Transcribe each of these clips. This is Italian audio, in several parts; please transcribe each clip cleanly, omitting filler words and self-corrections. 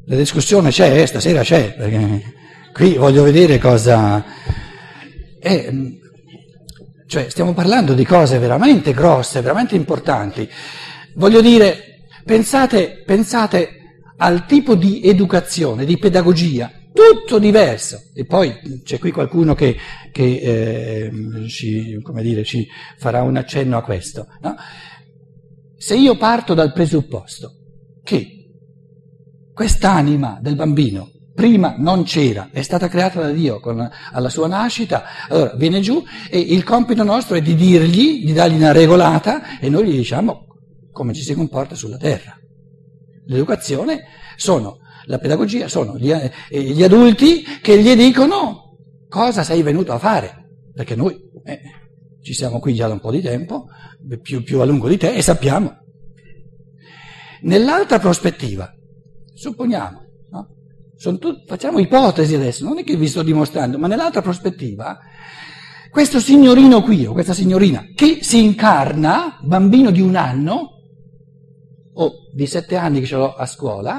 La discussione c'è, stasera c'è, perché qui voglio vedere cosa... cioè stiamo parlando di cose veramente grosse, veramente importanti. Voglio dire, pensate al tipo di educazione, di pedagogia, tutto diverso. E poi c'è qui qualcuno che ci farà un accenno a questo, no? Se io parto dal presupposto che quest'anima del bambino prima non c'era, è stata creata da Dio alla sua nascita, allora viene giù e il compito nostro è di dargli una regolata e noi gli diciamo come ci si comporta sulla terra. L'educazione la pedagogia sono gli adulti che gli dicono cosa sei venuto a fare, perché noi ci siamo qui già da un po' di tempo, più a lungo di te, e sappiamo. Nell'altra prospettiva, supponiamo, no? Facciamo ipotesi adesso, non è che vi sto dimostrando, ma nell'altra prospettiva, questo signorino qui o questa signorina che si incarna, bambino di 1 anno o di 7 anni che ce l'ho a scuola,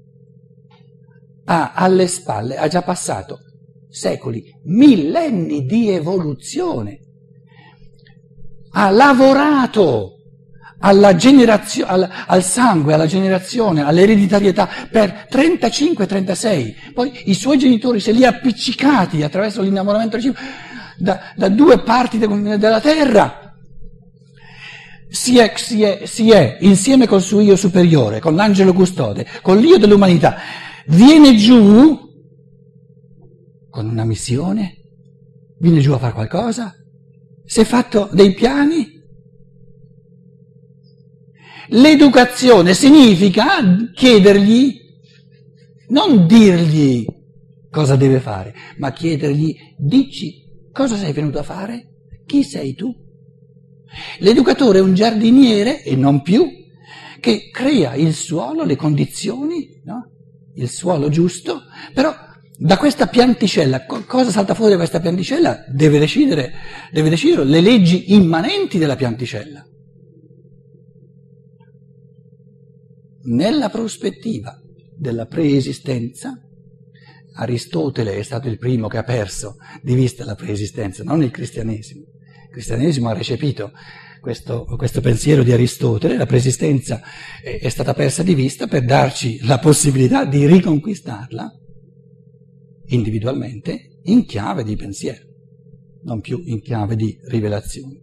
ha alle spalle, ha già passato secoli, millenni di evoluzione, ha lavorato alla generazione, al sangue, alla generazione, all'ereditarietà per 35-36, poi i suoi genitori se li ha appiccicati attraverso l'innamoramento reciproco da 2 parti della terra, si è insieme col suo io superiore, con l'angelo custode, con l'io dell'umanità, viene giù con una missione, viene giù a fare qualcosa, si è fatto dei piani. L'educazione significa chiedergli, non dirgli cosa deve fare, ma chiedergli, dici cosa sei venuto a fare, chi sei tu. L'educatore è un giardiniere, e non più, che crea il suolo, le condizioni, no? Il suolo giusto, però da questa pianticella, cosa salta fuori da questa pianticella? Deve decidere le leggi immanenti della pianticella. Nella prospettiva della preesistenza, Aristotele è stato il primo che ha perso di vista la preesistenza, non il cristianesimo. Il cristianesimo ha recepito questo pensiero di Aristotele, la preesistenza è stata persa di vista per darci la possibilità di riconquistarla individualmente in chiave di pensiero, non più in chiave di rivelazione.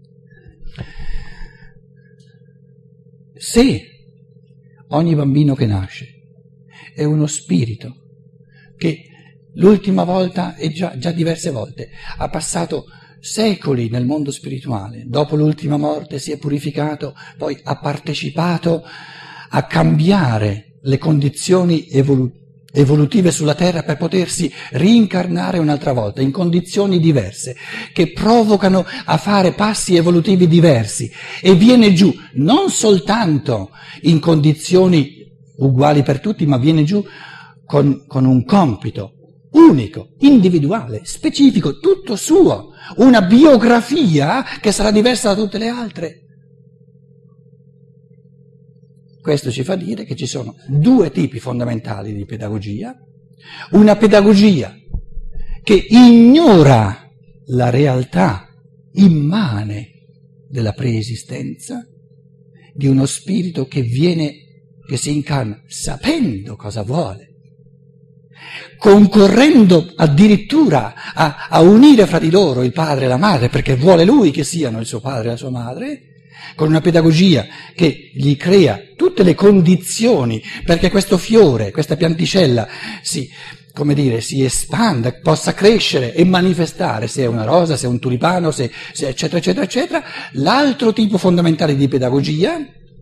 Se ogni bambino che nasce è uno spirito che l'ultima volta e già diverse volte ha passato secoli nel mondo spirituale, dopo l'ultima morte si è purificato, poi ha partecipato a cambiare le condizioni evolutive sulla terra per potersi rincarnare un'altra volta in condizioni diverse che provocano a fare passi evolutivi diversi, e viene giù non soltanto in condizioni uguali per tutti, ma viene giù con un compito unico, individuale, specifico, tutto suo, una biografia che sarà diversa da tutte le altre. Questo ci fa dire che ci sono 2 tipi fondamentali di pedagogia: una pedagogia che ignora la realtà immane della preesistenza, di uno spirito che si incarna sapendo cosa vuole, concorrendo addirittura a unire fra di loro il padre e la madre, perché vuole lui che siano il suo padre e la sua madre, con una pedagogia che gli crea tutte le condizioni perché questo fiore, questa pianticella si espanda, possa crescere e manifestare, se è una rosa, se è un tulipano, se eccetera, eccetera, eccetera. L'altro tipo fondamentale di pedagogia,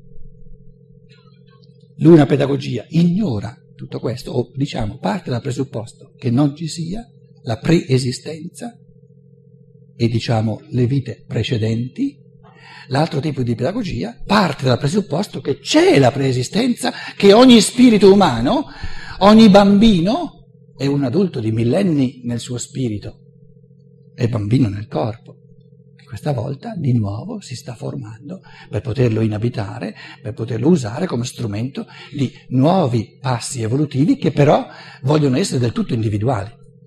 una pedagogia ignora tutto questo, o diciamo parte dal presupposto che non ci sia la preesistenza e diciamo le vite precedenti. L'altro tipo di pedagogia parte dal presupposto che c'è la preesistenza, che ogni spirito umano, ogni bambino è un adulto di millenni nel suo spirito, è bambino nel corpo. questa volta di nuovo si sta formando per poterlo inabitare, per poterlo usare come strumento di nuovi passi evolutivi che però vogliono essere del tutto individuali.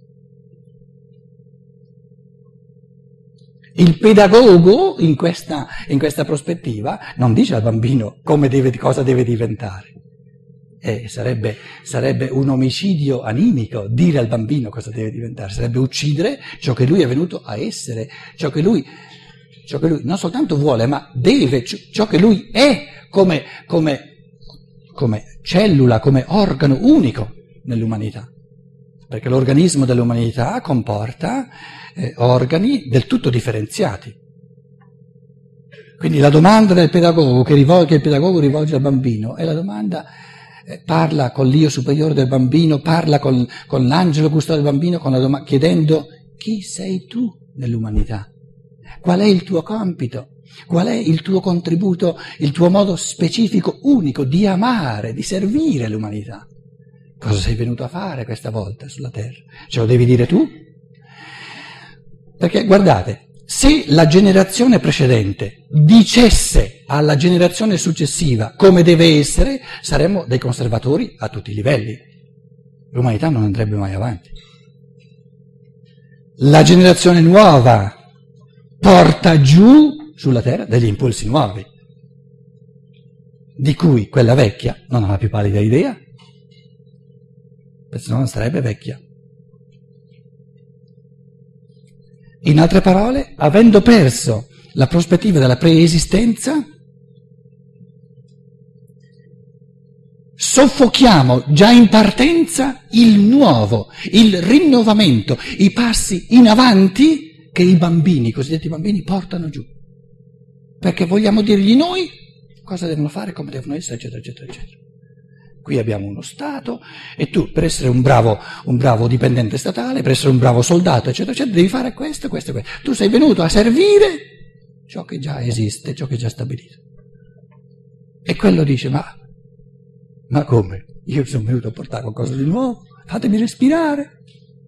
Il pedagogo in questa prospettiva non dice al bambino cosa deve diventare. Sarebbe un omicidio animico dire al bambino cosa deve diventare, sarebbe uccidere ciò che lui è venuto a essere, ciò che lui non soltanto vuole, ma deve, ciò che lui è come cellula, come organo unico nell'umanità. Perché l'organismo dell'umanità comporta organi del tutto differenziati. Quindi la domanda del pedagogo che il pedagogo rivolge al bambino è la domanda. Parla con l'io superiore del bambino, parla con l'angelo custode del bambino chiedendo chi sei tu nell'umanità, qual è il tuo compito, qual è il tuo contributo, il tuo modo specifico, unico di amare, di servire l'umanità. Cosa sei venuto a fare questa volta sulla terra? Ce lo devi dire tu? Perché guardate, se la generazione precedente dicesse alla generazione successiva come deve essere, saremmo dei conservatori a tutti i livelli. L'umanità non andrebbe mai avanti. La generazione nuova porta giù sulla terra degli impulsi nuovi, di cui quella vecchia non ha la più pallida idea, perché non sarebbe vecchia. In altre parole, avendo perso la prospettiva della preesistenza, soffochiamo già in partenza il nuovo, il rinnovamento, i passi in avanti che i bambini, i cosiddetti bambini, portano giù. Perché vogliamo dirgli noi cosa devono fare, come devono essere, eccetera, eccetera, eccetera. Qui abbiamo uno Stato e tu per essere un bravo dipendente statale, per essere un bravo soldato, eccetera, eccetera, devi fare questo, questo e questo. Tu sei venuto a servire ciò che già esiste, ciò che è già stabilito. E quello dice, ma come? Io sono venuto a portare qualcosa di nuovo, fatemi respirare.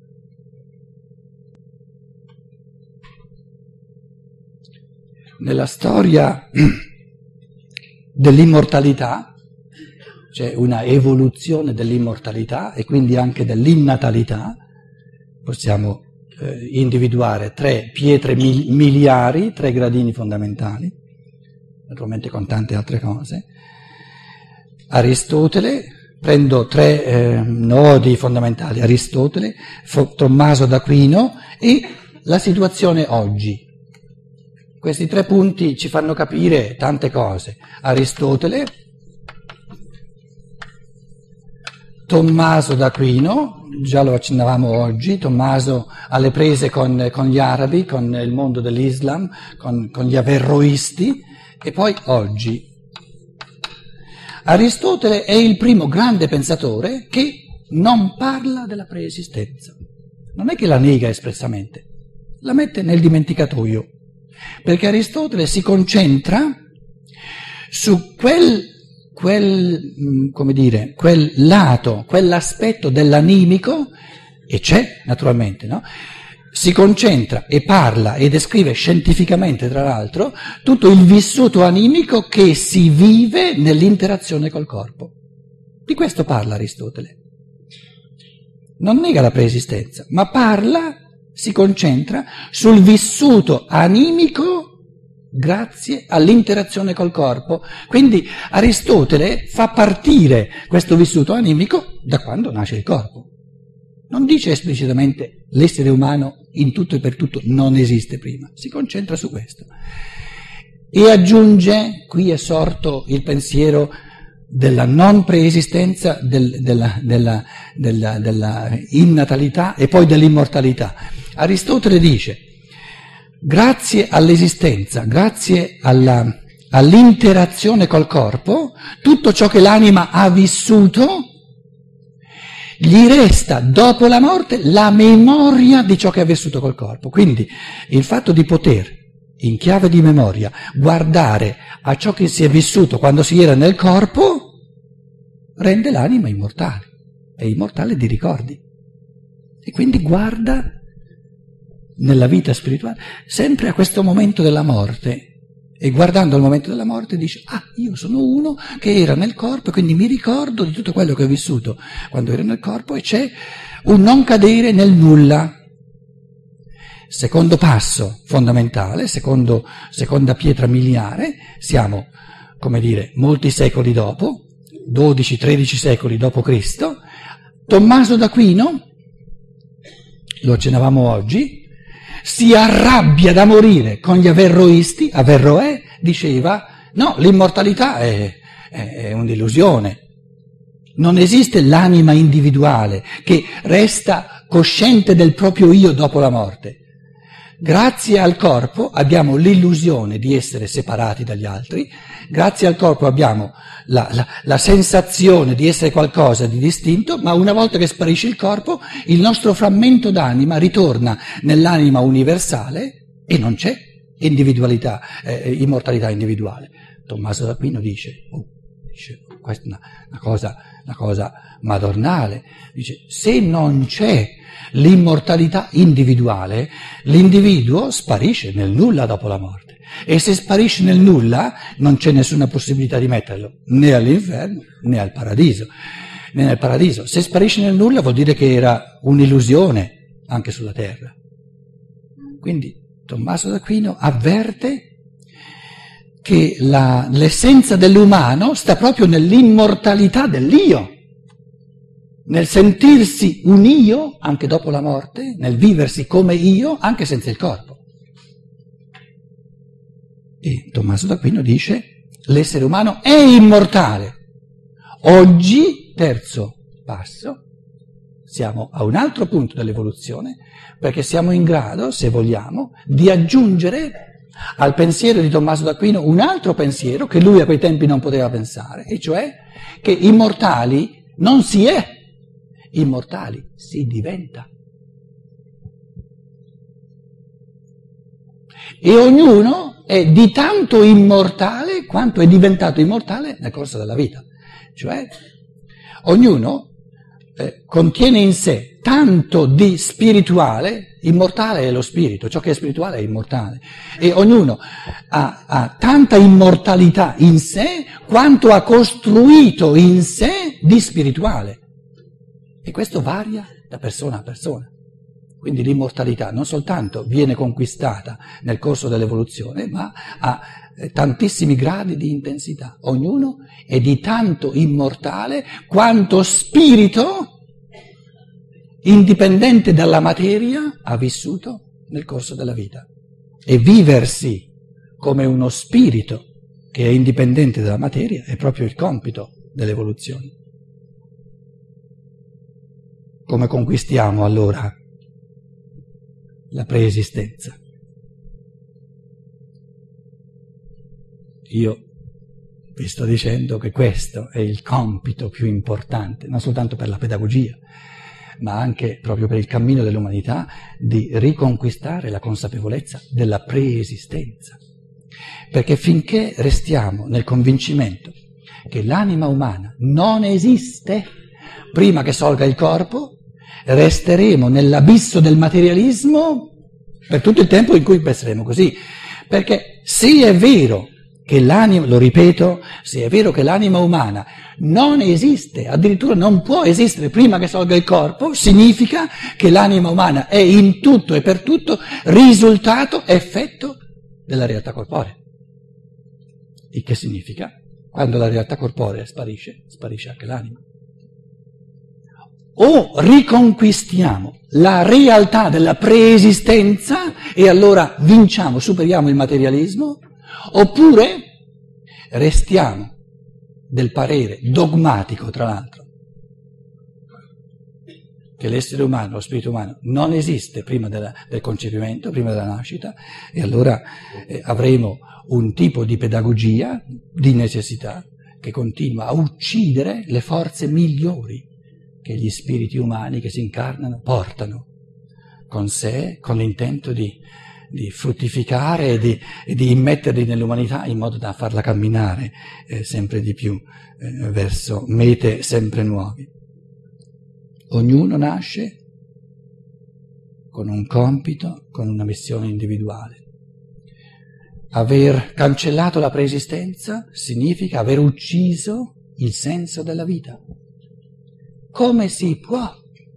Nella storia dell'immortalità c'è una evoluzione dell'immortalità e quindi anche dell'innatalità. Possiamo individuare 3 pietre miliari, 3 gradini fondamentali, naturalmente con tante altre cose. Aristotele, prendo 3 nodi fondamentali, Aristotele, Tommaso d'Aquino e la situazione oggi. Questi 3 punti ci fanno capire tante cose. Aristotele, Tommaso d'Aquino, già lo accennavamo oggi, Tommaso alle prese con gli arabi, con il mondo dell'Islam, con gli averroisti, e poi oggi. Aristotele è il primo grande pensatore che non parla della preesistenza. Non è che la nega espressamente, la mette nel dimenticatoio, perché Aristotele si concentra su quel lato, quell'aspetto dell'animico, e c'è naturalmente, no? Si concentra e parla e descrive scientificamente, tra l'altro, tutto il vissuto animico che si vive nell'interazione col corpo. Di questo parla Aristotele. Non nega la preesistenza, ma si concentra sul vissuto animico grazie all'interazione col corpo. Quindi Aristotele fa partire questo vissuto animico da quando nasce il corpo. Non dice esplicitamente l'essere umano in tutto e per tutto non esiste prima, si concentra su questo. E aggiunge, qui è sorto il pensiero della non preesistenza, della innatalità e poi dell'immortalità. Aristotele dice: grazie all'esistenza, grazie all'interazione col corpo, tutto ciò che l'anima ha vissuto, gli resta dopo la morte la memoria di ciò che ha vissuto col corpo. Quindi il fatto di poter, in chiave di memoria, guardare a ciò che si è vissuto quando si era nel corpo, rende l'anima immortale, è immortale di ricordi. E quindi guarda nella vita spirituale, sempre a questo momento della morte. E guardando al momento della morte dice, io sono uno che era nel corpo, quindi mi ricordo di tutto quello che ho vissuto quando ero nel corpo, e c'è un non cadere nel nulla. Secondo passo fondamentale, seconda pietra miliare, siamo, come dire, molti secoli dopo, 12-13 secoli dopo Cristo. Tommaso d'Aquino, lo accennavamo oggi, si arrabbia da morire con gli averroisti. Averroè diceva, no, l'immortalità è un'illusione. Non esiste l'anima individuale che resta cosciente del proprio io dopo la morte. Grazie al corpo abbiamo l'illusione di essere separati dagli altri, grazie al corpo abbiamo la sensazione di essere qualcosa di distinto, ma una volta che sparisce il corpo, il nostro frammento d'anima ritorna nell'anima universale e non c'è individualità, immortalità individuale. Tommaso d'Aquino dice questa è una cosa madornale, dice, se non c'è l'immortalità individuale, l'individuo sparisce nel nulla dopo la morte, e se sparisce nel nulla non c'è nessuna possibilità di metterlo né all'inferno né al paradiso. Né nel paradiso. Se sparisce nel nulla vuol dire che era un'illusione anche sulla terra. Quindi Tommaso d'Aquino avverte che l'essenza dell'umano sta proprio nell'immortalità dell'io, nel sentirsi un io anche dopo la morte, nel viversi come io anche senza il corpo. E Tommaso d'Aquino dice, l'essere umano è immortale. Oggi, terzo passo, siamo a un altro punto dell'evoluzione, perché siamo in grado, se vogliamo, di aggiungere al pensiero di Tommaso d'Aquino un altro pensiero che lui a quei tempi non poteva pensare, e cioè che immortali non si è, immortali si diventa. E ognuno è di tanto immortale quanto è diventato immortale nel corso della vita. Cioè, ognuno contiene in sé tanto di spirituale, immortale è lo spirito, ciò che è spirituale è immortale, e ognuno ha tanta immortalità in sé quanto ha costruito in sé di spirituale, e questo varia da persona a persona. Quindi l'immortalità non soltanto viene conquistata nel corso dell'evoluzione, ma ha tantissimi gradi di intensità. Ognuno è di tanto immortale quanto spirito indipendente dalla materia ha vissuto nel corso della vita. E viversi come uno spirito che è indipendente dalla materia è proprio il compito dell'evoluzione. Come conquistiamo allora la preesistenza? Io vi sto dicendo che questo è il compito più importante, non soltanto per la pedagogia, ma anche proprio per il cammino dell'umanità, di riconquistare la consapevolezza della preesistenza. Perché finché restiamo nel convincimento che l'anima umana non esiste prima che sorga il corpo, resteremo nell'abisso del materialismo per tutto il tempo in cui penseremo così. Perché se è vero che l'anima, lo ripeto, se è vero che l'anima umana non esiste, addirittura non può esistere prima che sorga il corpo, significa che l'anima umana è in tutto e per tutto risultato, effetto della realtà corporea. Il che significa, quando la realtà corporea sparisce, sparisce anche l'anima. O riconquistiamo la realtà della preesistenza e allora vinciamo, superiamo il materialismo, oppure restiamo del parere dogmatico, tra l'altro, che l'essere umano, lo spirito umano, non esiste prima del concepimento, prima della nascita, e allora avremo un tipo di pedagogia, di necessità, che continua a uccidere le forze migliori che gli spiriti umani che si incarnano portano con sé, con l'intento di fruttificare e di immetterli nell'umanità in modo da farla camminare sempre di più verso mete sempre nuovi. Ognuno nasce con un compito, con una missione individuale. Aver cancellato la preesistenza significa aver ucciso il senso della vita. Come si può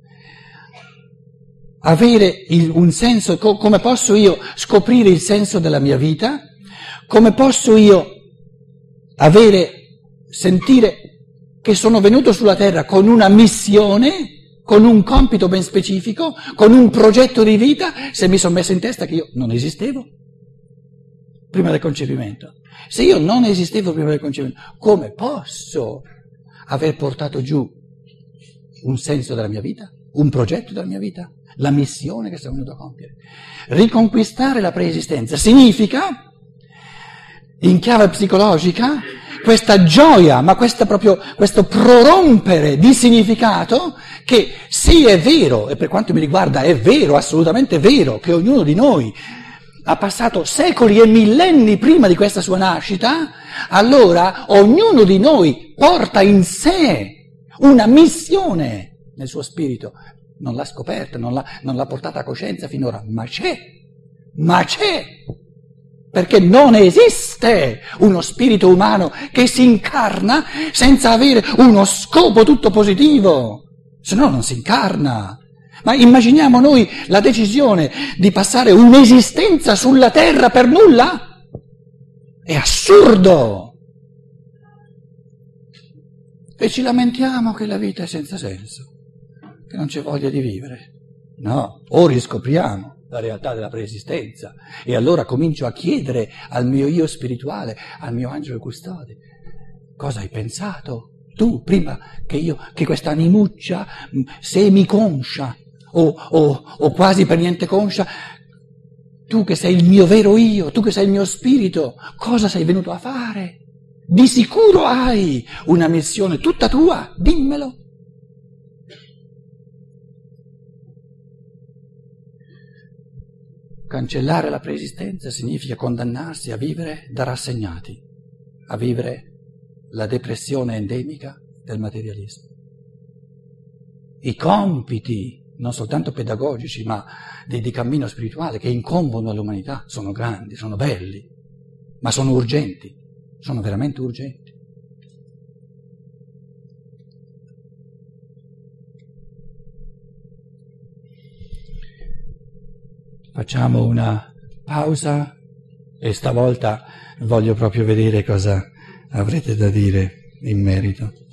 avere un senso, come posso io scoprire il senso della mia vita? Come posso io sentire che sono venuto sulla terra con una missione, con un compito ben specifico, con un progetto di vita, se mi sono messo in testa che io non esistevo prima del concepimento? Se io non esistevo prima del concepimento, come posso aver portato giù un senso della mia vita, un progetto della mia vita, la missione che sono venuto a compiere? Riconquistare la preesistenza significa, in chiave psicologica, questa gioia, ma questo prorompere di significato che sì è vero, e per quanto mi riguarda è vero, assolutamente vero, che ognuno di noi ha passato secoli e millenni prima di questa sua nascita, allora ognuno di noi porta in sé una missione nel suo spirito. Non l'ha scoperta, non l'ha portata a coscienza finora, ma c'è, perché non esiste uno spirito umano che si incarna senza avere uno scopo tutto positivo, se no non si incarna. Ma immaginiamo noi la decisione di passare un'esistenza sulla terra per nulla? È assurdo! E ci lamentiamo che la vita è senza senso, che non c'è voglia di vivere. No, o riscopriamo la realtà della preesistenza e allora comincio a chiedere al mio io spirituale, al mio angelo custode: cosa hai pensato tu prima che questa animuccia semiconscia o quasi per niente conscia, tu che sei il mio vero io, tu che sei il mio spirito, cosa sei venuto a fare? Di sicuro hai una missione tutta tua, dimmelo. Cancellare la preesistenza significa condannarsi a vivere da rassegnati, a vivere la depressione endemica del materialismo. I compiti, non soltanto pedagogici, ma di cammino spirituale che incombono all'umanità sono grandi, sono belli, ma sono urgenti, sono veramente urgenti. Facciamo una pausa e stavolta voglio proprio vedere cosa avrete da dire in merito.